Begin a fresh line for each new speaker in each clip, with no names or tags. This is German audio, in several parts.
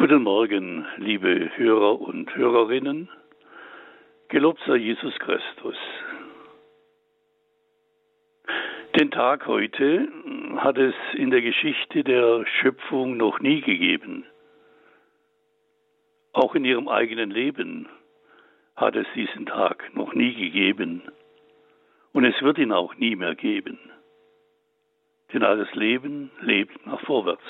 Guten Morgen, liebe Hörer und Hörerinnen. Gelobt sei Jesus Christus. Den Tag heute hat es in der Geschichte der Schöpfung noch nie gegeben. Auch in Ihrem eigenen Leben hat es diesen Tag noch nie gegeben. Und es wird ihn auch nie mehr geben. Denn alles Leben lebt nach vorwärts.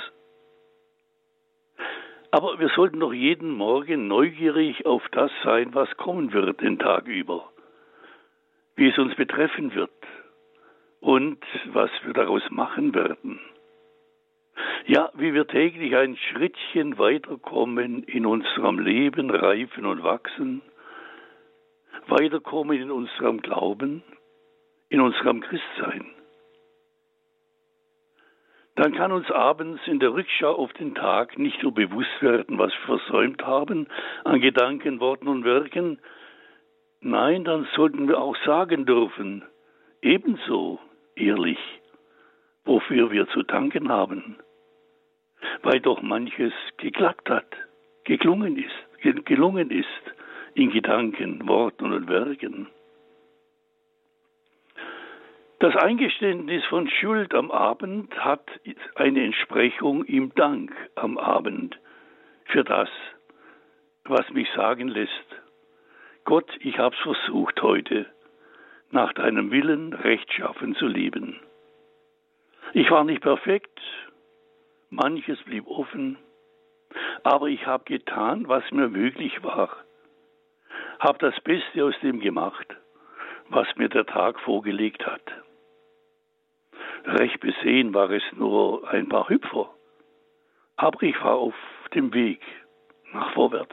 Aber wir sollten doch jeden Morgen neugierig auf das sein, was kommen wird den Tag über, wie es uns betreffen wird und was wir daraus machen werden. Ja, wie wir täglich ein Schrittchen weiterkommen in unserem Leben, reifen und wachsen, weiterkommen in unserem Glauben, in unserem Christsein. Dann kann uns abends in der Rückschau auf den Tag nicht nur bewusst werden, was wir versäumt haben an Gedanken, Worten und Werken. Nein, dann sollten wir auch sagen dürfen, ebenso ehrlich, wofür wir zu danken haben, weil doch manches geklappt hat, gelungen ist in Gedanken, Worten und Werken. Das Eingeständnis von Schuld am Abend hat eine Entsprechung im Dank am Abend für das, was mich sagen lässt: Gott, ich hab's versucht heute, nach deinem Willen rechtschaffen zu leben. Ich war nicht perfekt, manches blieb offen, aber ich habe getan, was mir möglich war, habe das Beste aus dem gemacht, was mir der Tag vorgelegt hat. Recht besehen war es nur ein paar Hüpfer, aber ich war auf dem Weg nach vorwärts.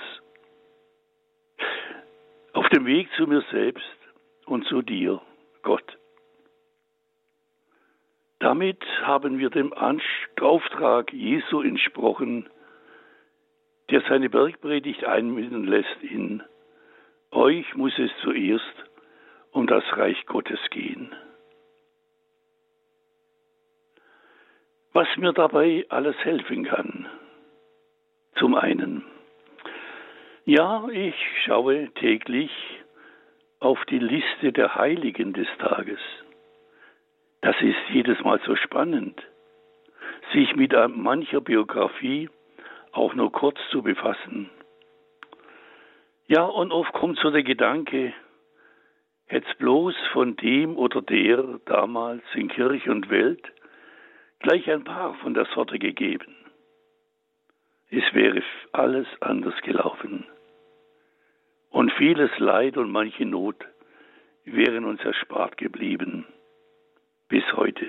Auf dem Weg zu mir selbst und zu dir, Gott. Damit haben wir dem Auftrag Jesu entsprochen, der seine Bergpredigt einmünden lässt in: Euch muss es zuerst um das Reich Gottes gehen. Was mir dabei alles helfen kann. Zum einen, ja, ich schaue täglich auf die Liste der Heiligen des Tages. Das ist jedes Mal so spannend, sich mit mancher Biografie auch nur kurz zu befassen. Ja, und oft kommt so der Gedanke, hätte es bloß von dem oder der damals in Kirche und Welt gleich ein paar von der Sorte gegeben. Es wäre alles anders gelaufen. Und vieles Leid und manche Not wären uns erspart geblieben. Bis heute.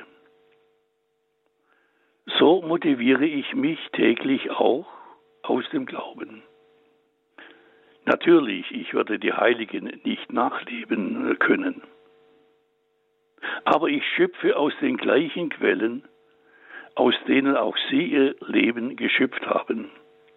So motiviere ich mich täglich auch aus dem Glauben. Natürlich, ich würde die Heiligen nicht nachleben können. Aber ich schöpfe aus den gleichen Quellen, aus denen auch sie ihr Leben geschöpft haben.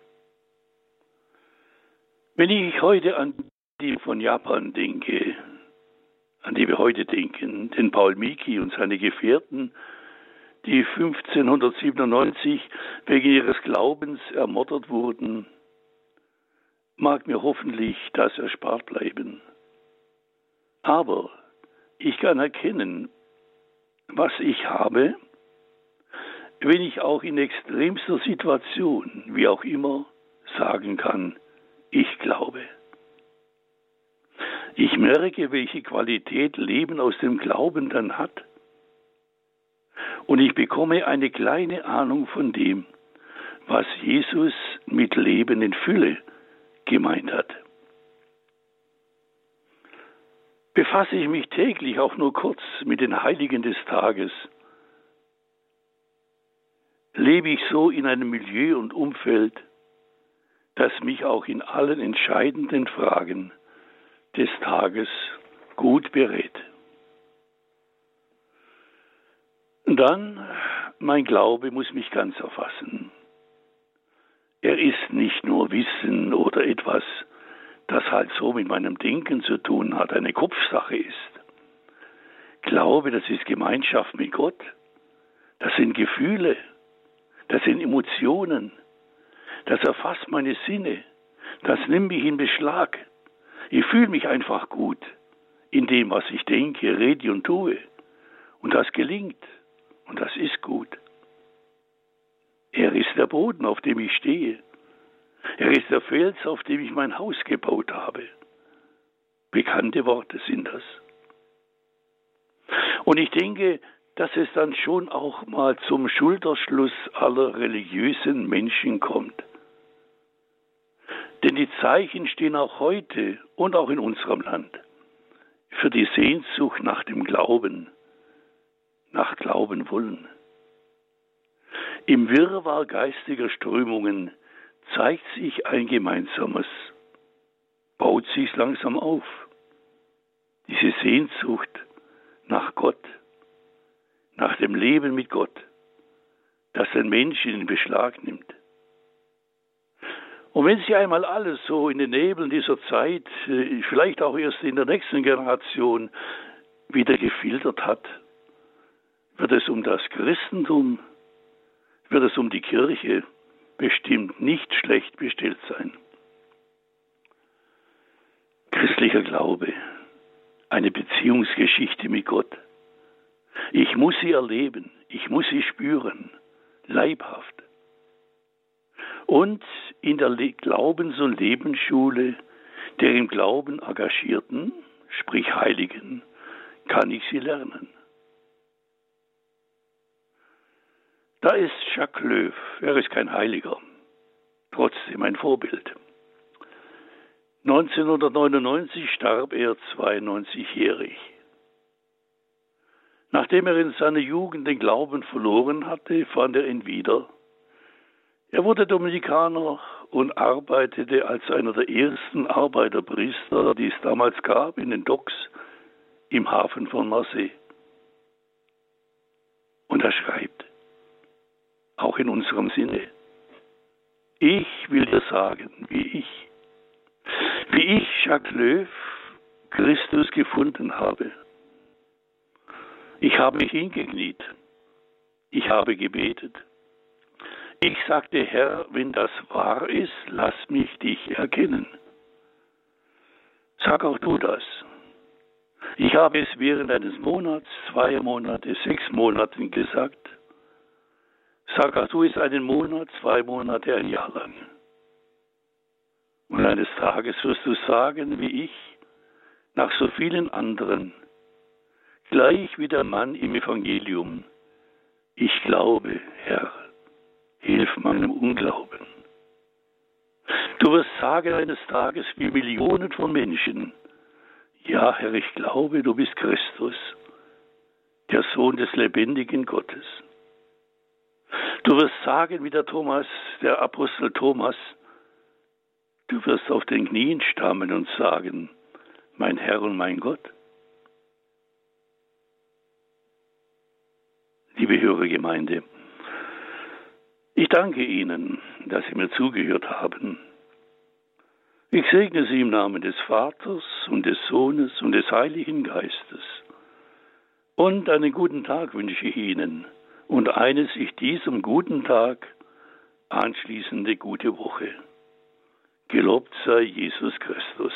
Wenn ich heute an die von Japan denke, an die wir heute denken, den Paul Miki und seine Gefährten, die 1597 wegen ihres Glaubens ermordet wurden, mag mir hoffentlich das erspart bleiben. Aber ich kann erkennen, was ich habe, wenn ich auch in extremster Situation, wie auch immer, sagen kann, ich glaube. Ich merke, welche Qualität Leben aus dem Glauben dann hat. Und ich bekomme eine kleine Ahnung von dem, was Jesus mit Leben in Fülle gemeint hat. Befasse ich mich täglich auch nur kurz mit den Heiligen des Tages, lebe ich so in einem Milieu und Umfeld, das mich auch in allen entscheidenden Fragen des Tages gut berät. Und dann, mein Glaube muss mich ganz erfassen. Er ist nicht nur Wissen oder etwas, das halt so mit meinem Denken zu tun hat, eine Kopfsache ist. Glaube, das ist Gemeinschaft mit Gott. Das sind Gefühle, das sind Emotionen. Das erfasst meine Sinne. Das nimmt mich in Beschlag. Ich fühle mich einfach gut in dem, was ich denke, rede und tue. Und das gelingt. Und das ist gut. Er ist der Boden, auf dem ich stehe. Er ist der Fels, auf dem ich mein Haus gebaut habe. Bekannte Worte sind das. Und ich denke, dass es dann schon auch mal zum Schulterschluss aller religiösen Menschen kommt. Denn die Zeichen stehen auch heute und auch in unserem Land für die Sehnsucht nach dem Glauben, nach Glauben wollen. Im Wirrwarr geistiger Strömungen zeigt sich ein Gemeinsames, baut sich langsam auf. Diese Sehnsucht nach Gott, nach dem Leben mit Gott, das den Menschen in Beschlag nimmt. Und wenn sich einmal alles so in den Nebeln dieser Zeit, vielleicht auch erst in der nächsten Generation, wieder gefiltert hat, wird es um das Christentum, wird es um die Kirche bestimmt nicht schlecht bestellt sein. Christlicher Glaube, eine Beziehungsgeschichte mit Gott. Ich muss sie erleben, ich muss sie spüren, leibhaft. Und in der Glaubens- und Lebensschule der im Glauben Engagierten, sprich Heiligen, kann ich sie lernen. Da ist Jacques Löw, er ist kein Heiliger, trotzdem ein Vorbild. 1999 starb er 92-jährig. Nachdem er in seiner Jugend den Glauben verloren hatte, fand er ihn wieder. Er wurde Dominikaner und arbeitete als einer der ersten Arbeiterpriester, die es damals gab, in den Docks im Hafen von Marseille. Und er schreibt, auch in unserem Sinne, ich will dir sagen, wie ich, Jacques Löw, Christus gefunden habe. Ich habe mich hingekniet, ich habe gebetet. Ich sagte, Herr, wenn das wahr ist, lass mich dich erkennen. Sag auch du das. Ich habe es während eines Monats, 2 Monate, 6 Monaten gesagt. Sag auch du es einen Monat, 2 Monate, ein Jahr lang. Und eines Tages wirst du sagen, wie ich, nach so vielen anderen, gleich wie der Mann im Evangelium, ich glaube, Herr, hilf meinem Unglauben. Du wirst sagen eines Tages wie Millionen von Menschen, ja, Herr, ich glaube, du bist Christus, der Sohn des lebendigen Gottes. Du wirst sagen wie der Apostel Thomas, du wirst auf den Knien stammen und sagen, mein Herr und mein Gott. Liebe Hörergemeinde, ich danke Ihnen, dass Sie mir zugehört haben. Ich segne Sie im Namen des Vaters und des Sohnes und des Heiligen Geistes. Und einen guten Tag wünsche ich Ihnen und eine sich diesem guten Tag anschließende gute Woche. Gelobt sei Jesus Christus.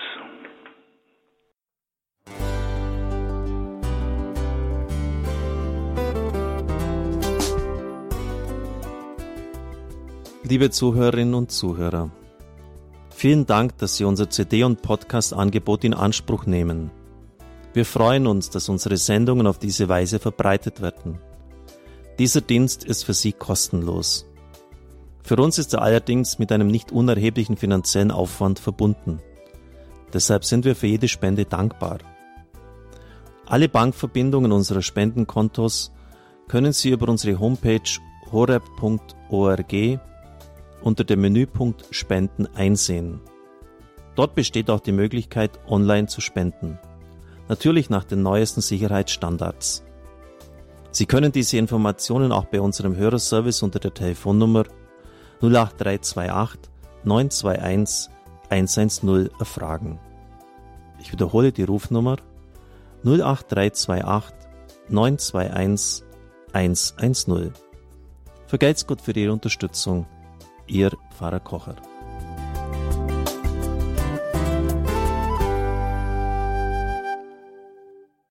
Liebe Zuhörerinnen und Zuhörer, vielen Dank, dass Sie unser CD- und Podcast-Angebot in Anspruch nehmen. Wir freuen uns, dass unsere Sendungen auf diese Weise verbreitet werden. Dieser Dienst ist für Sie kostenlos. Für uns ist er allerdings mit einem nicht unerheblichen finanziellen Aufwand verbunden. Deshalb sind wir für jede Spende dankbar. Alle Bankverbindungen unserer Spendenkontos können Sie über unsere Homepage horeb.org unter dem Menüpunkt Spenden einsehen. Dort besteht auch die Möglichkeit, online zu spenden. Natürlich nach den neuesten Sicherheitsstandards. Sie können diese Informationen auch bei unserem Hörerservice unter der Telefonnummer 08328 921 110 erfragen. Ich wiederhole die Rufnummer 08328 921 110. Vergelt's Gott für Ihre Unterstützung. Ihr Pfarrer Kocher.